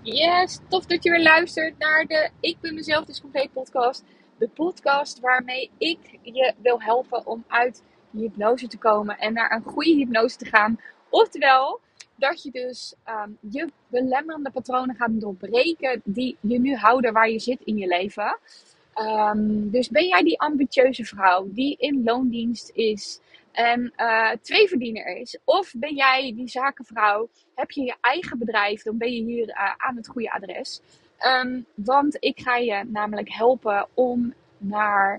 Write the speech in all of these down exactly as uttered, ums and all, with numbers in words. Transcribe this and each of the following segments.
Yes, tof dat je weer luistert naar de Ik ben mezelf dus compleet podcast. De podcast waarmee ik je wil helpen om uit je hypnose te komen en naar een goede hypnose te gaan. Oftewel, dat je dus ehm, je belemmerende patronen gaat doorbreken die je nu houden waar je zit in je leven. Ehm, dus ben jij die ambitieuze vrouw die in loondienst is en uh, tweeverdiener is? Of ben jij die zakenvrouw, heb je je eigen bedrijf, dan ben je hier uh, aan het goede adres. Um, want ik ga je namelijk helpen om naar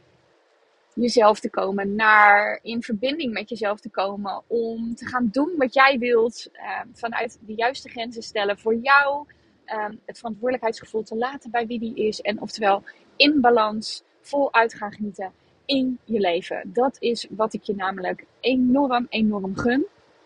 jezelf te komen, naar in verbinding met jezelf te komen, om te gaan doen wat jij wilt, uh, vanuit de juiste grenzen stellen voor jou, um, het verantwoordelijkheidsgevoel te laten bij wie die is en oftewel in balans voluit gaan genieten in je leven. Dat is wat ik je namelijk enorm, enorm gun.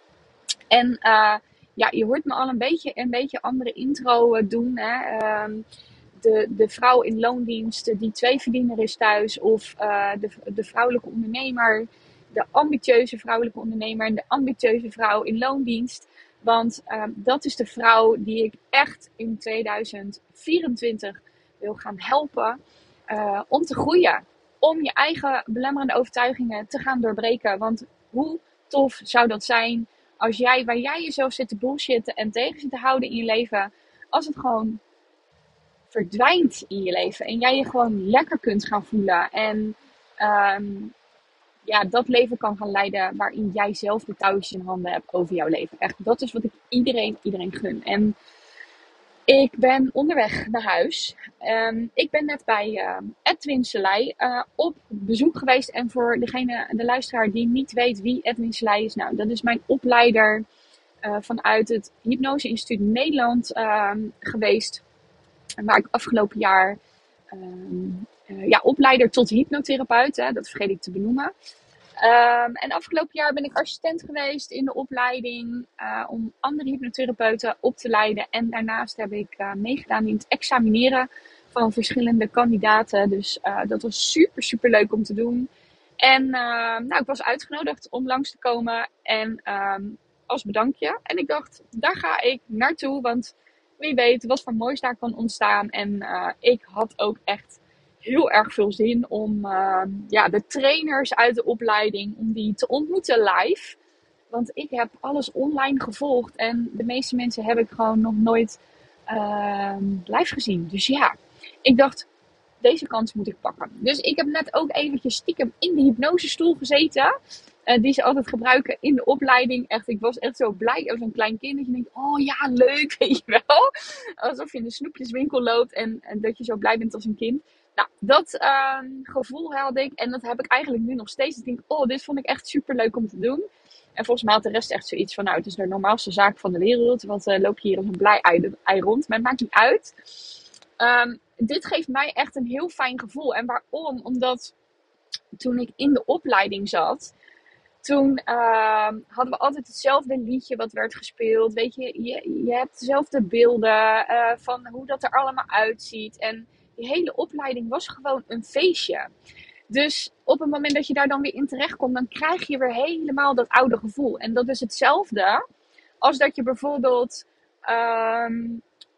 En uh, ja, je hoort me al een beetje een beetje andere intro doen. Hè? Um, de, de vrouw in loondienst die tweeverdiener is thuis. Of uh, de, de vrouwelijke ondernemer. De ambitieuze vrouwelijke ondernemer. En de ambitieuze vrouw in loondienst. Want uh, dat is de vrouw die ik echt in tweeduizend vierentwintig wil gaan helpen. Uh, om te groeien. Om je eigen belemmerende overtuigingen te gaan doorbreken. Want hoe tof zou dat zijn als jij, waar jij jezelf zit te bullshitten en tegen zit te houden in je leven, als het gewoon verdwijnt in je leven en jij je gewoon lekker kunt gaan voelen en um, ja, dat leven kan gaan leiden waarin jij zelf de touwtjes in handen hebt over jouw leven. Echt, dat is wat ik iedereen, iedereen gun. En ik ben onderweg naar huis. Um, ik ben net bij uh, Edwin Selei uh, op bezoek geweest. En voor degene, de luisteraar die niet weet wie Edwin Selei is, nou, dat is mijn opleider uh, vanuit het Hypnose Instituut Nederland uh, geweest. Waar ik afgelopen jaar um, uh, ja, opleider tot hypnotherapeut, hè, dat vergeet ik te benoemen. Um, en afgelopen jaar ben ik assistent geweest in de opleiding uh, om andere hypnotherapeuten op te leiden. En daarnaast heb ik uh, meegedaan in het examineren van verschillende kandidaten. Dus uh, dat was super, super leuk om te doen. En uh, nou, ik was uitgenodigd om langs te komen en um, als bedankje. En ik dacht, daar ga ik naartoe, want wie weet wat voor moois daar kan ontstaan. En uh, ik had ook echt heel erg veel zin om uh, ja, de trainers uit de opleiding, om die te ontmoeten live. Want ik heb alles online gevolgd en de meeste mensen heb ik gewoon nog nooit uh, live gezien. Dus ja, ik dacht, deze kans moet ik pakken. Dus ik heb net ook eventjes stiekem in de hypnosestoel gezeten. Uh, die ze altijd gebruiken in de opleiding. Echt, ik was echt zo blij als een klein kind. Dat je denkt, oh ja, leuk, weet je wel. Alsof je in de snoepjeswinkel loopt en, en dat je zo blij bent als een kind. Nou, dat uh, gevoel had ik. En dat heb ik eigenlijk nu nog steeds. Ik denk, oh, dit vond ik echt super leuk om te doen. En volgens mij had de rest echt zoiets van, nou, het is de normaalste zaak van de wereld. Want uh, loop je hier als een blij ei, ei rond. Maar het maakt niet uit. Um, dit geeft mij echt een heel fijn gevoel. En waarom? Omdat toen ik in de opleiding zat, toen uh, hadden we altijd hetzelfde liedje wat werd gespeeld. Weet je, je, je hebt dezelfde beelden uh, van hoe dat er allemaal uitziet. En die hele opleiding was gewoon een feestje. Dus op het moment dat je daar dan weer in terechtkomt, dan krijg je weer helemaal dat oude gevoel. En dat is hetzelfde als dat je bijvoorbeeld um,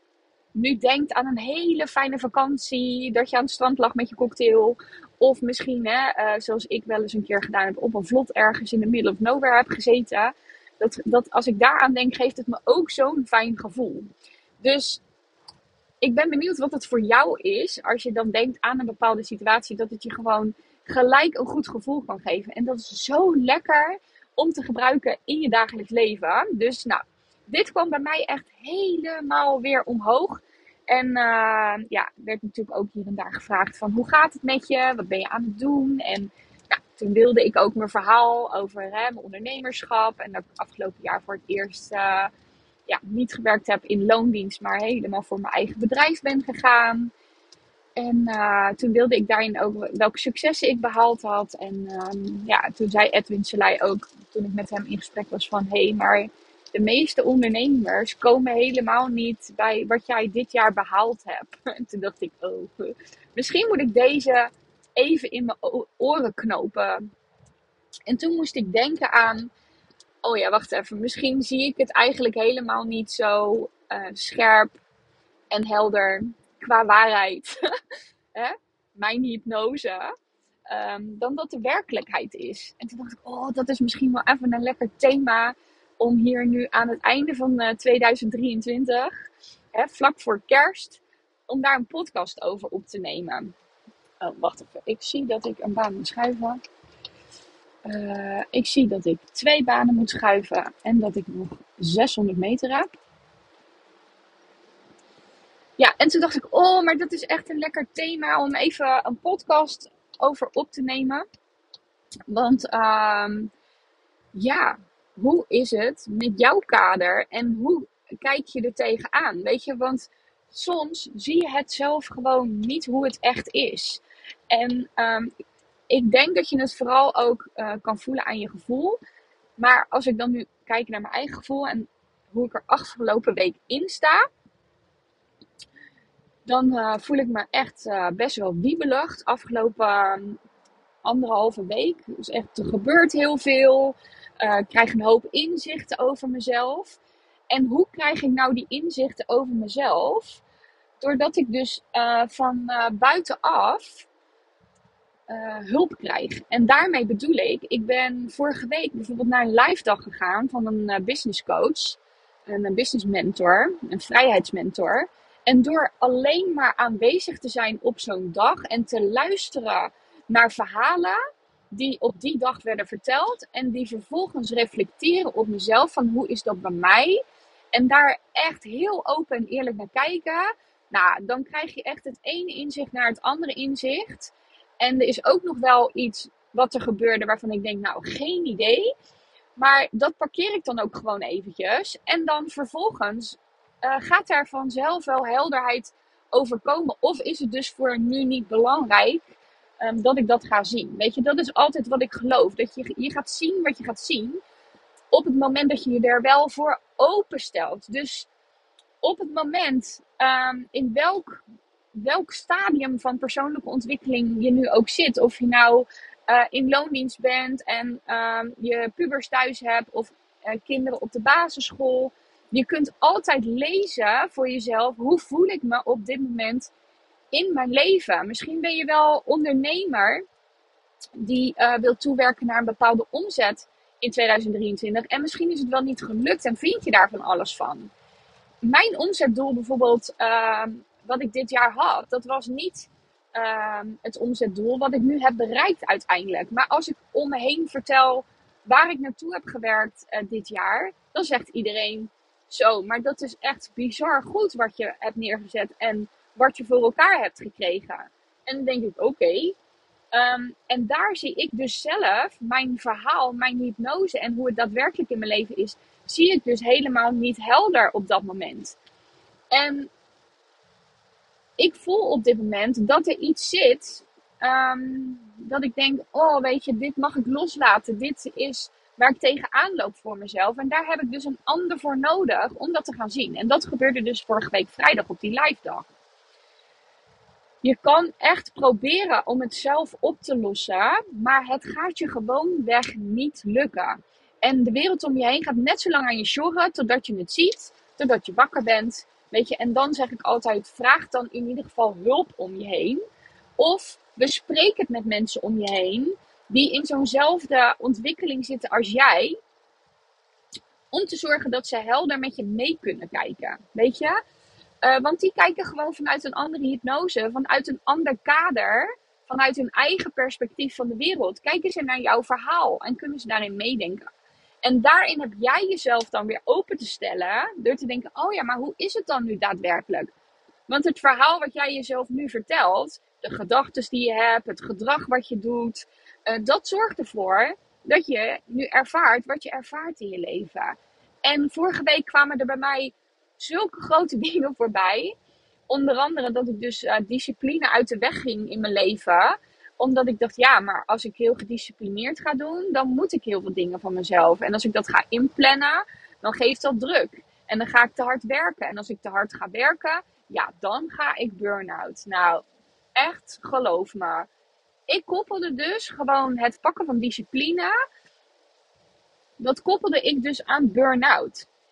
nu denkt aan een hele fijne vakantie. Dat je aan het strand lag met je cocktail. Of misschien, hè, uh, zoals ik wel eens een keer gedaan heb, op een vlot ergens in de middle of nowhere heb gezeten. Dat, dat als ik daaraan denk, geeft het me ook zo'n fijn gevoel. Dus ik ben benieuwd wat het voor jou is. Als je dan denkt aan een bepaalde situatie. Dat het je gewoon gelijk een goed gevoel kan geven. En dat is zo lekker om te gebruiken in je dagelijks leven. Dus nou, dit kwam bij mij echt helemaal weer omhoog. En uh, ja, werd natuurlijk ook hier en daar gevraagd van hoe gaat het met je? Wat ben je aan het doen? En nou, toen wilde ik ook mijn verhaal over hè, mijn ondernemerschap. En dat ik afgelopen jaar voor het eerst uh, ja, niet gewerkt heb in loondienst. Maar helemaal voor mijn eigen bedrijf ben gegaan. En uh, toen wilde ik daarin ook welke successen ik behaald had. En um, ja, toen zei Edwin Selei ook, toen ik met hem in gesprek was van... Hé, hey, maar de meeste ondernemers komen helemaal niet bij wat jij dit jaar behaald hebt. En toen dacht ik, oh, misschien moet ik deze even in mijn oren knopen. En toen moest ik denken aan, oh ja, wacht even. Misschien zie ik het eigenlijk helemaal niet zo uh, scherp en helder qua waarheid, hè? Mijn hypnose, um, dan dat de werkelijkheid is. En toen dacht ik, oh, dat is misschien wel even een lekker thema om hier nu aan het einde van uh, tweeduizend drieëntwintig, hè, vlak voor kerst, om daar een podcast over op te nemen. Oh, wacht even. Ik zie dat ik een baan moet schuiven. Uh, ik zie dat ik twee banen moet schuiven en dat ik nog zeshonderd meter heb. Ja, en toen dacht ik, oh, maar dat is echt een lekker thema om even een podcast over op te nemen. Want um, ja, hoe is het met jouw kader en hoe kijk je er tegenaan? Weet je, want soms zie je het zelf gewoon niet hoe het echt is. En um, ik denk dat je het vooral ook uh, kan voelen aan je gevoel. Maar als ik dan nu kijk naar mijn eigen gevoel en hoe ik er afgelopen week in sta, dan uh, voel ik me echt uh, best wel wiebelig. Afgelopen uh, anderhalve week. Dus echt, er gebeurt heel veel. Uh, ik krijg een hoop inzichten over mezelf. En hoe krijg ik nou die inzichten over mezelf? Doordat ik dus uh, van uh, buitenaf uh, hulp krijg. En daarmee bedoel ik, ik ben vorige week bijvoorbeeld naar een live dag gegaan van een uh, business coach. Een business mentor, een vrijheidsmentor. En door alleen maar aanwezig te zijn op zo'n dag en te luisteren naar verhalen die op die dag werden verteld. En die vervolgens reflecteren op mezelf van hoe is dat bij mij. En daar echt heel open en eerlijk naar kijken. Nou, dan krijg je echt het ene inzicht naar het andere inzicht. En er is ook nog wel iets wat er gebeurde waarvan ik denk, nou, geen idee. Maar dat parkeer ik dan ook gewoon eventjes. En dan vervolgens uh, gaat daar vanzelf wel helderheid over komen. Of is het dus voor nu niet belangrijk um, dat ik dat ga zien. Weet je, dat is altijd wat ik geloof. Dat je, je gaat zien wat je gaat zien. Op het moment dat je je er wel voor openstelt. Dus op het moment um, in welk, welk stadium van persoonlijke ontwikkeling je nu ook zit. Of je nou uh, in loondienst bent en uh, je pubers thuis hebt of uh, kinderen op de basisschool. Je kunt altijd lezen voor jezelf, hoe voel ik me op dit moment in mijn leven. Misschien ben je wel ondernemer die uh, wil toewerken naar een bepaalde omzet in tweeduizend drieëntwintig. En misschien is het wel niet gelukt en vind je daar van alles van. Mijn omzetdoel bijvoorbeeld, uh, wat ik dit jaar had, dat was niet uh, het omzetdoel wat ik nu heb bereikt uiteindelijk. Maar als ik om me heen vertel waar ik naartoe heb gewerkt uh, dit jaar, dan zegt iedereen zo. Maar dat is echt bizar goed wat je hebt neergezet en wat je voor elkaar hebt gekregen. En dan denk ik, oké. Okay. Um, en daar zie ik dus zelf mijn verhaal, mijn hypnose en hoe het daadwerkelijk in mijn leven is, zie ik dus helemaal niet helder op dat moment. En ik voel op dit moment dat er iets zit, um, dat ik denk, oh weet je, dit mag ik loslaten. Dit is waar ik tegenaan loop voor mezelf. En daar heb ik dus een ander voor nodig om dat te gaan zien. En dat gebeurde dus vorige week vrijdag op die live dag. Je kan echt proberen om het zelf op te lossen, maar het gaat je gewoonweg niet lukken. En de wereld om je heen gaat net zo lang aan je sjorren totdat je het ziet, totdat je wakker bent. Weet je, en dan zeg ik altijd, vraag dan in ieder geval hulp om je heen. Of bespreek het met mensen om je heen die in zo'nzelfde ontwikkeling zitten als jij. Om te zorgen dat ze helder met je mee kunnen kijken. Weet je? Uh, want die kijken gewoon vanuit een andere hypnose, vanuit een ander kader, vanuit hun eigen perspectief van de wereld. Kijken ze naar jouw verhaal en kunnen ze daarin meedenken. En daarin heb jij jezelf dan weer open te stellen, door te denken, oh ja, maar hoe is het dan nu daadwerkelijk? Want het verhaal wat jij jezelf nu vertelt, de gedachten die je hebt, het gedrag wat je doet, uh, dat zorgt ervoor dat je nu ervaart wat je ervaart in je leven. En vorige week kwamen er bij mij zulke grote dingen voorbij. Onder andere dat ik dus uh, discipline uit de weg ging in mijn leven. Omdat ik dacht, ja, maar als ik heel gedisciplineerd ga doen, dan moet ik heel veel dingen van mezelf. En als ik dat ga inplannen, dan geeft dat druk. En dan ga ik te hard werken. En als ik te hard ga werken, ja, dan ga ik burn-out. Nou, echt, geloof me. Ik koppelde dus gewoon het pakken van discipline. Dat koppelde ik dus aan burn-out.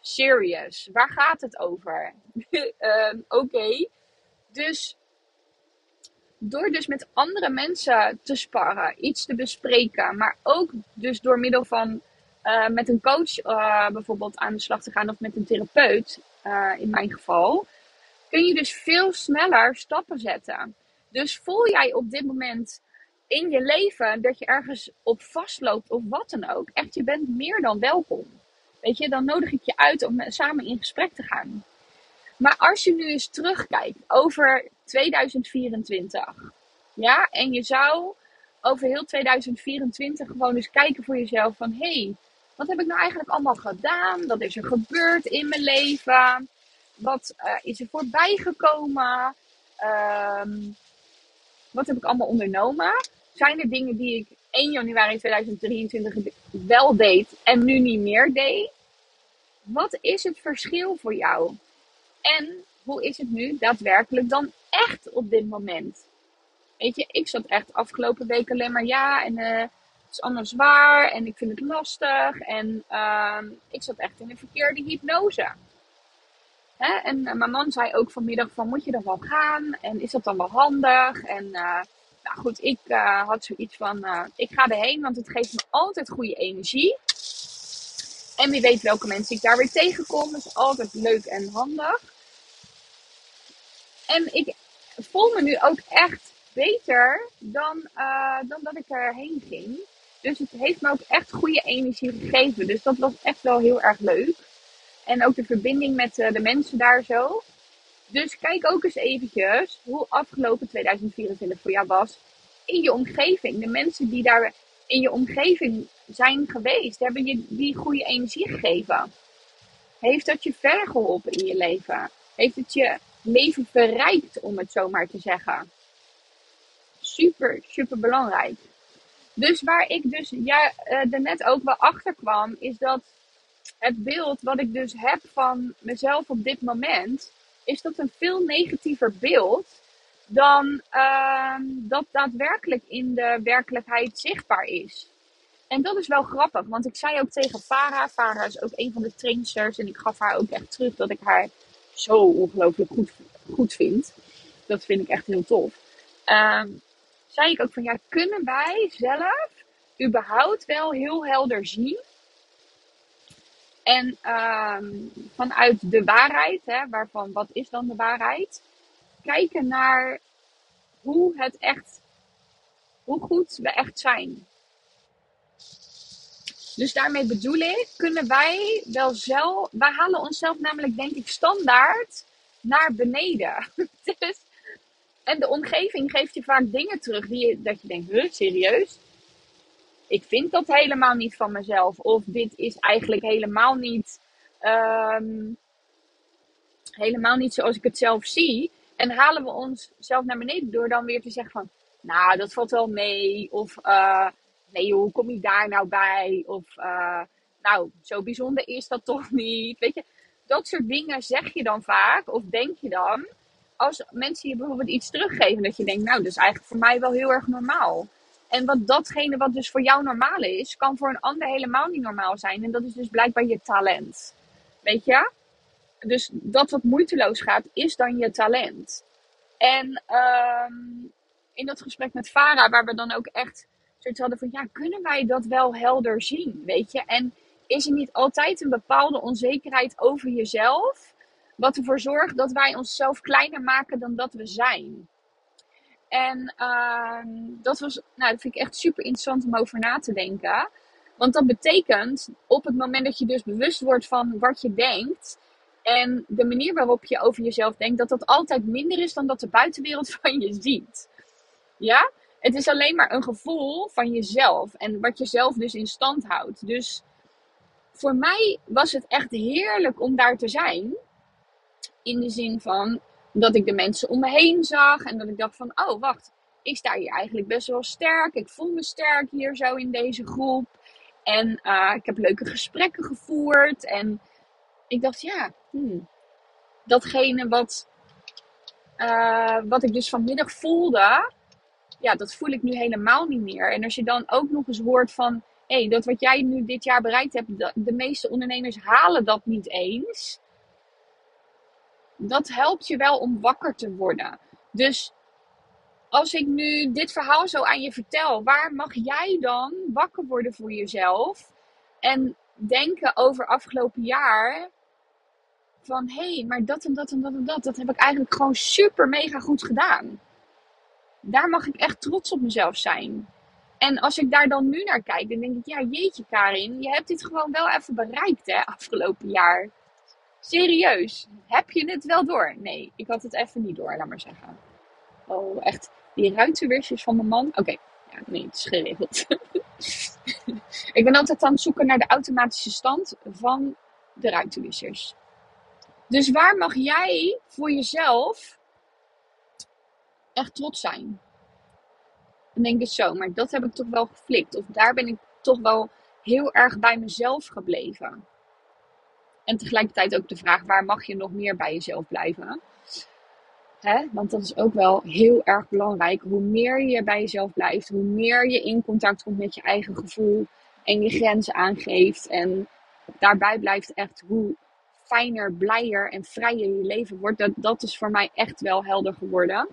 serious. Waar gaat het over? uh, Oké. Okay. Dus door dus met andere mensen te sparren, iets te bespreken, maar ook dus door middel van uh, met een coach uh, bijvoorbeeld aan de slag te gaan of met een therapeut, uh, in mijn geval, kun je dus veel sneller stappen zetten. Dus voel jij op dit moment in je leven dat je ergens op vastloopt of wat dan ook, echt, je bent meer dan welkom. Weet je, dan nodig ik je uit om samen in gesprek te gaan. Maar als je nu eens terugkijkt over tweeduizend vierentwintig, ja, en je zou over heel tweeduizend vierentwintig gewoon eens kijken voor jezelf van, hé, hey, wat heb ik nou eigenlijk allemaal gedaan? Wat is er gebeurd in mijn leven? Wat uh, is er voorbij gekomen? Um, wat heb ik allemaal ondernomen? Zijn er dingen die ik één januari tweeduizend drieëntwintig wel deed en nu niet meer deed? Wat is het verschil voor jou? En hoe is het nu daadwerkelijk dan echt op dit moment? Weet je, ik zat echt afgelopen week alleen maar ja en uh, het is allemaal zwaar en ik vind het lastig. En uh, ik zat echt in een verkeerde hypnose. Hè? En uh, mijn man zei ook vanmiddag van, moet je dan wel gaan? En is dat dan wel handig? En uh, nou goed, ik uh, had zoiets van, uh, ik ga erheen, want het geeft me altijd goede energie. En wie weet welke mensen ik daar weer tegenkom. Dat is altijd leuk en handig. En ik voel me nu ook echt beter dan, uh, dan dat ik erheen ging. Dus het heeft me ook echt goede energie gegeven. Dus dat was echt wel heel erg leuk. En ook de verbinding met uh, de mensen daar zo. Dus kijk ook eens eventjes hoe afgelopen tweeduizend vierentwintig voor jou was in je omgeving. De mensen die daar in je omgeving zijn geweest, hebben je die goede energie gegeven. Heeft dat je verder geholpen in je leven? Heeft het je leven verrijkt, om het zo maar te zeggen? Super, super belangrijk. Dus waar ik dus ja, uh, daarnet ook wel achter kwam, is dat het beeld wat ik dus heb van mezelf op dit moment, is dat een veel negatiever beeld dan uh, dat daadwerkelijk in de werkelijkheid zichtbaar is. En dat is wel grappig, want ik zei ook tegen Farah, Farah is ook een van de trainsters en ik gaf haar ook echt terug dat ik haar zo ongelooflijk goed, goed vind. Dat vind ik echt heel tof. Um, zei ik ook van, ja, kunnen wij zelf überhaupt wel heel helder zien en um, vanuit de waarheid, hè, waarvan wat is dan de waarheid, kijken naar hoe het echt, hoe goed we echt zijn. Dus daarmee bedoel ik, kunnen wij wel zelf, wij halen onszelf namelijk denk ik standaard naar beneden. Dus, en de omgeving geeft je vaak dingen terug die je, dat je denkt, huh, serieus? Ik vind dat helemaal niet van mezelf. Of dit is eigenlijk helemaal niet, um, helemaal niet zoals ik het zelf zie. En halen we onszelf naar beneden door dan weer te zeggen van, nou, dat valt wel mee. Of, uh, nee, hoe kom je daar nou bij? Of, uh, nou, zo bijzonder is dat toch niet? Weet je, dat soort dingen zeg je dan vaak, of denk je dan, als mensen je bijvoorbeeld iets teruggeven, dat je denkt, nou, dat is eigenlijk voor mij wel heel erg normaal. En wat datgene wat dus voor jou normaal is, kan voor een ander helemaal niet normaal zijn. En dat is dus blijkbaar je talent. Weet je? Dus dat wat moeiteloos gaat, is dan je talent. En um, in dat gesprek met Farah, waar we dan ook echt zoiets hadden van, ja, kunnen wij dat wel helder zien, weet je? En is er niet altijd een bepaalde onzekerheid over jezelf, wat ervoor zorgt dat wij onszelf kleiner maken dan dat we zijn? En um, dat was, nou, dat vind ik echt super interessant om over na te denken. Want dat betekent, op het moment dat je dus bewust wordt van wat je denkt en de manier waarop je over jezelf denkt, dat dat altijd minder is dan dat de buitenwereld van je ziet. Ja? Het is alleen maar een gevoel van jezelf en wat je zelf dus in stand houdt. Dus voor mij was het echt heerlijk om daar te zijn. In de zin van dat ik de mensen om me heen zag en dat ik dacht van, oh wacht, ik sta hier eigenlijk best wel sterk. Ik voel me sterk hier zo in deze groep. En uh, ik heb leuke gesprekken gevoerd. En ik dacht, ja, hmm, datgene wat, uh, wat ik dus vanmiddag voelde, ja, dat voel ik nu helemaal niet meer. En als je dan ook nog eens hoort van, hey, dat wat jij nu dit jaar bereikt hebt, de, de meeste ondernemers halen dat niet eens. Dat helpt je wel om wakker te worden. Dus als ik nu dit verhaal zo aan je vertel, waar mag jij dan wakker worden voor jezelf? En denken over afgelopen jaar van, hé, hey, maar dat en dat en dat en dat, dat heb ik eigenlijk gewoon super mega goed gedaan. Daar mag ik echt trots op mezelf zijn. En als ik daar dan nu naar kijk, dan denk ik, ja, jeetje Karin, je hebt dit gewoon wel even bereikt, hè, afgelopen jaar. Serieus, heb je het wel door? Nee, ik had het even niet door, laat maar zeggen. Oh, echt, die ruitenwisjes van mijn man. Oké, okay. Ja, nee, het is geregeld. Ik ben altijd aan het zoeken naar de automatische stand van de ruitenwissers. Dus waar mag jij voor jezelf echt trots zijn? Dan denk ik zo, maar dat heb ik toch wel geflikt. Of daar ben ik toch wel heel erg bij mezelf gebleven. En tegelijkertijd ook de vraag, waar mag je nog meer bij jezelf blijven? Hè? Want dat is ook wel heel erg belangrijk. Hoe meer je bij jezelf blijft, hoe meer je in contact komt met je eigen gevoel en je grenzen aangeeft. En daarbij blijft echt hoe fijner, blijer en vrijer je leven wordt. Dat, dat is voor mij echt wel helder geworden.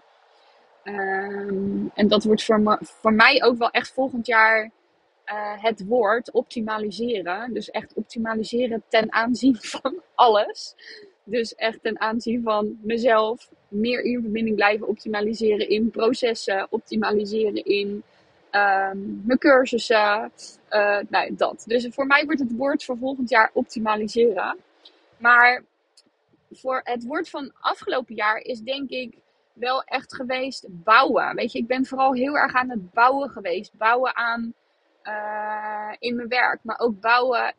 Um, en dat wordt voor, me, voor mij ook wel echt volgend jaar uh, het woord optimaliseren. Dus echt optimaliseren ten aanzien van alles. Dus echt ten aanzien van mezelf. Meer uurverbinding blijven optimaliseren in processen. Optimaliseren in um, mijn cursussen. Uh, nou, dat. Dus voor mij wordt het woord voor volgend jaar optimaliseren. Maar voor het woord van afgelopen jaar is denk ik wel echt geweest bouwen. Weet je, ik ben vooral heel erg aan het bouwen geweest. Bouwen aan uh, in mijn werk. Maar ook bouwen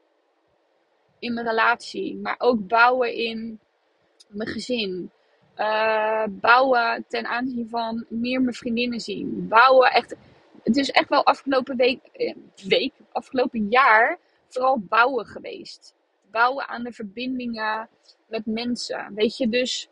in mijn relatie. Maar ook bouwen in mijn gezin. Uh, bouwen ten aanzien van meer mijn vriendinnen zien. Bouwen echt. Het is echt wel afgelopen week, eh, week afgelopen jaar vooral bouwen geweest. Bouwen aan de verbindingen met mensen. Weet je, dus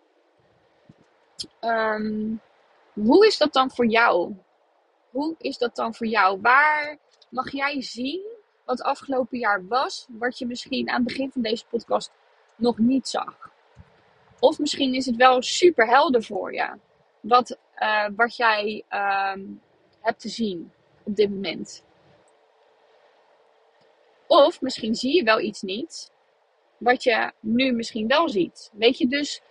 um, hoe is dat dan voor jou? Hoe is dat dan voor jou? Waar mag jij zien wat afgelopen jaar was, wat je misschien aan het begin van deze podcast nog niet zag? Of misschien is het wel super helder voor je, wat, uh, wat jij um, hebt te zien op dit moment. Of misschien zie je wel iets niet, wat je nu misschien wel ziet. Weet je, dus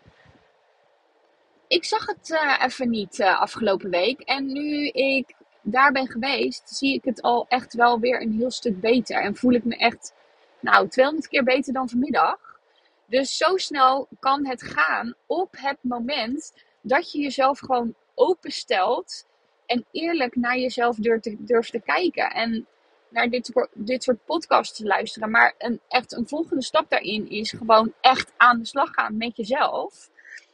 ik zag het uh, even niet uh, afgelopen week. En nu ik daar ben geweest, zie ik het al echt wel weer een heel stuk beter. En voel ik me echt, nou, tweehonderd keer beter dan vanmiddag. Dus zo snel kan het gaan op het moment dat je jezelf gewoon openstelt. En eerlijk naar jezelf durft te, durft te kijken. En naar dit, dit soort podcasts te luisteren. Maar een, echt een volgende stap daarin is gewoon echt aan de slag gaan met jezelf.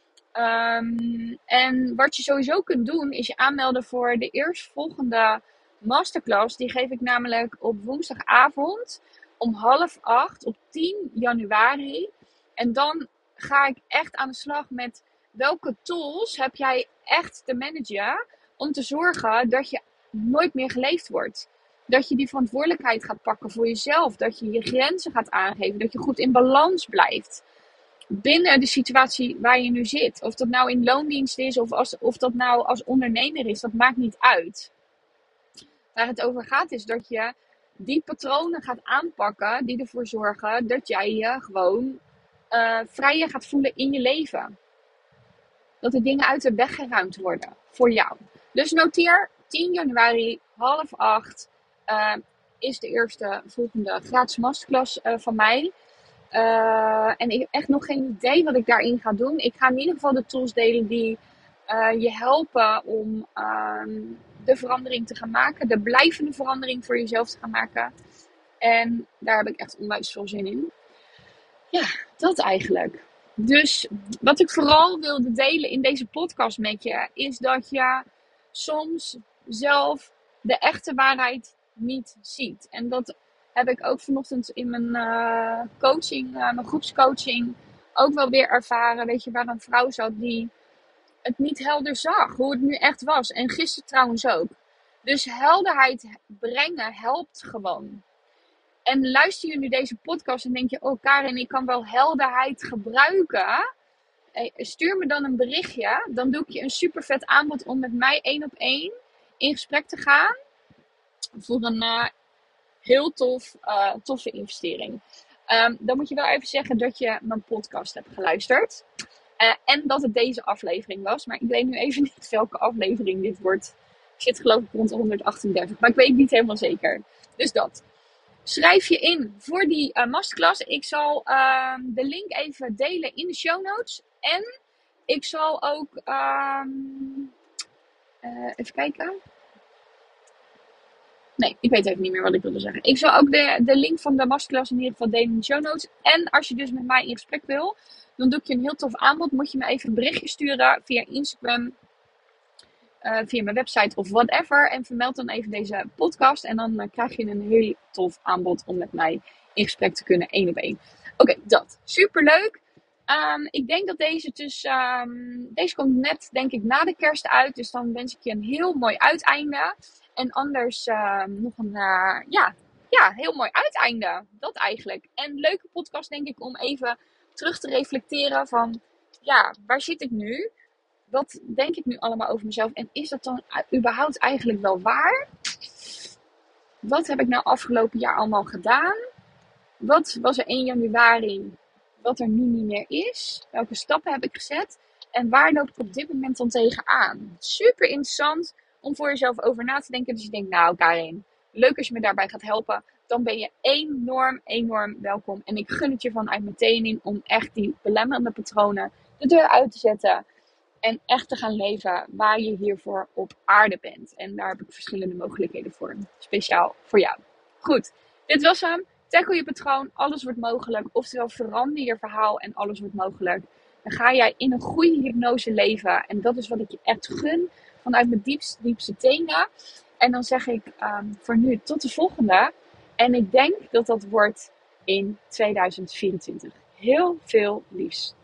Um, en wat je sowieso kunt doen, is je aanmelden voor de eerstvolgende masterclass. Die geef ik namelijk op woensdagavond om half acht op tien januari. En dan ga ik echt aan de slag met welke tools heb jij echt te managen om te zorgen dat je nooit meer geleefd wordt. Dat je die verantwoordelijkheid gaat pakken voor jezelf. Dat je je grenzen gaat aangeven. Dat je goed in balans blijft binnen de situatie waar je nu zit. Of dat nou in loondienst is of, als, of dat nou als ondernemer is, dat maakt niet uit. Waar het over gaat is dat je die patronen gaat aanpakken die ervoor zorgen dat jij je gewoon uh, vrijer gaat voelen in je leven. Dat de dingen uit de weg geruimd worden voor jou. Dus noteer tien januari, half acht, uh, is de eerste volgende gratis masterclass uh, van mij. Uh, en ik heb echt nog geen idee wat ik daarin ga doen. Ik ga in ieder geval de tools delen die uh, je helpen om uh, de verandering te gaan maken. De blijvende verandering voor jezelf te gaan maken. En daar heb ik echt onwijs veel zin in. Ja, dat eigenlijk. Dus wat ik vooral wilde delen in deze podcast met je, is dat je soms zelf de echte waarheid niet ziet. En dat heb ik ook vanochtend in mijn uh, coaching, uh, mijn groepscoaching, ook wel weer ervaren. Weet je, waar een vrouw zat die het niet helder zag, hoe het nu echt was. En gisteren trouwens ook. Dus helderheid brengen helpt gewoon. En luister je nu deze podcast en denk je, oh Karin, ik kan wel helderheid gebruiken. Stuur me dan een berichtje. Dan doe ik je een super vet aanbod om met mij één op één in gesprek te gaan. Voor een uh, heel tof, uh, toffe investering. Um, dan moet je wel even zeggen dat je mijn podcast hebt geluisterd. Uh, en dat het deze aflevering was. Maar ik weet nu even niet welke aflevering dit wordt. Ik zit geloof ik rond de honderdachtendertig. Maar ik weet niet helemaal zeker. Dus dat. Schrijf je in voor die uh, masterclass. Ik zal uh, de link even delen in de show notes. En ik zal ook... Um, uh, even kijken. Nee, ik weet even niet meer wat ik wilde zeggen. Ik zal ook de, de link van de masterclass in ieder geval delen in de show notes. En als je dus met mij in gesprek wil, dan doe ik je een heel tof aanbod. Moet je me even een berichtje sturen via Instagram, uh, via mijn website of whatever. En vermeld dan even deze podcast. En dan uh, krijg je een heel tof aanbod om met mij in gesprek te kunnen, één op één. Oké, okay, dat. Superleuk. Um, ik denk dat deze dus... Um, deze komt net, denk ik, na de kerst uit. Dus dan wens ik je een heel mooi uiteinde. En anders uh, nog een, uh, ja, ja, heel mooi uiteinde. Dat eigenlijk. En leuke podcast denk ik om even terug te reflecteren van, ja, waar zit ik nu? Wat denk ik nu allemaal over mezelf? En is dat dan überhaupt eigenlijk wel waar? Wat heb ik nou afgelopen jaar allemaal gedaan? Wat was er één januari wat er nu niet meer is? Welke stappen heb ik gezet? En waar loop ik op dit moment dan tegenaan? Super interessant om voor jezelf over na te denken. Dus je denkt, nou Karin, leuk als je me daarbij gaat helpen. Dan ben je enorm, enorm welkom. En ik gun het je vanuit mijn tenen om echt die belemmerende patronen de deur uit te zetten. En echt te gaan leven waar je hiervoor op aarde bent. En daar heb ik verschillende mogelijkheden voor. Speciaal voor jou. Goed, dit was hem. Tackle je patroon, alles wordt mogelijk. Oftewel verander je verhaal en alles wordt mogelijk. Dan ga jij in een goede hypnose leven. En dat is wat ik je echt gun. Vanuit mijn diepste, diepste tenen. En dan zeg ik um, voor nu tot de volgende. En ik denk dat dat wordt in tweeduizend vierentwintig. Heel veel liefs.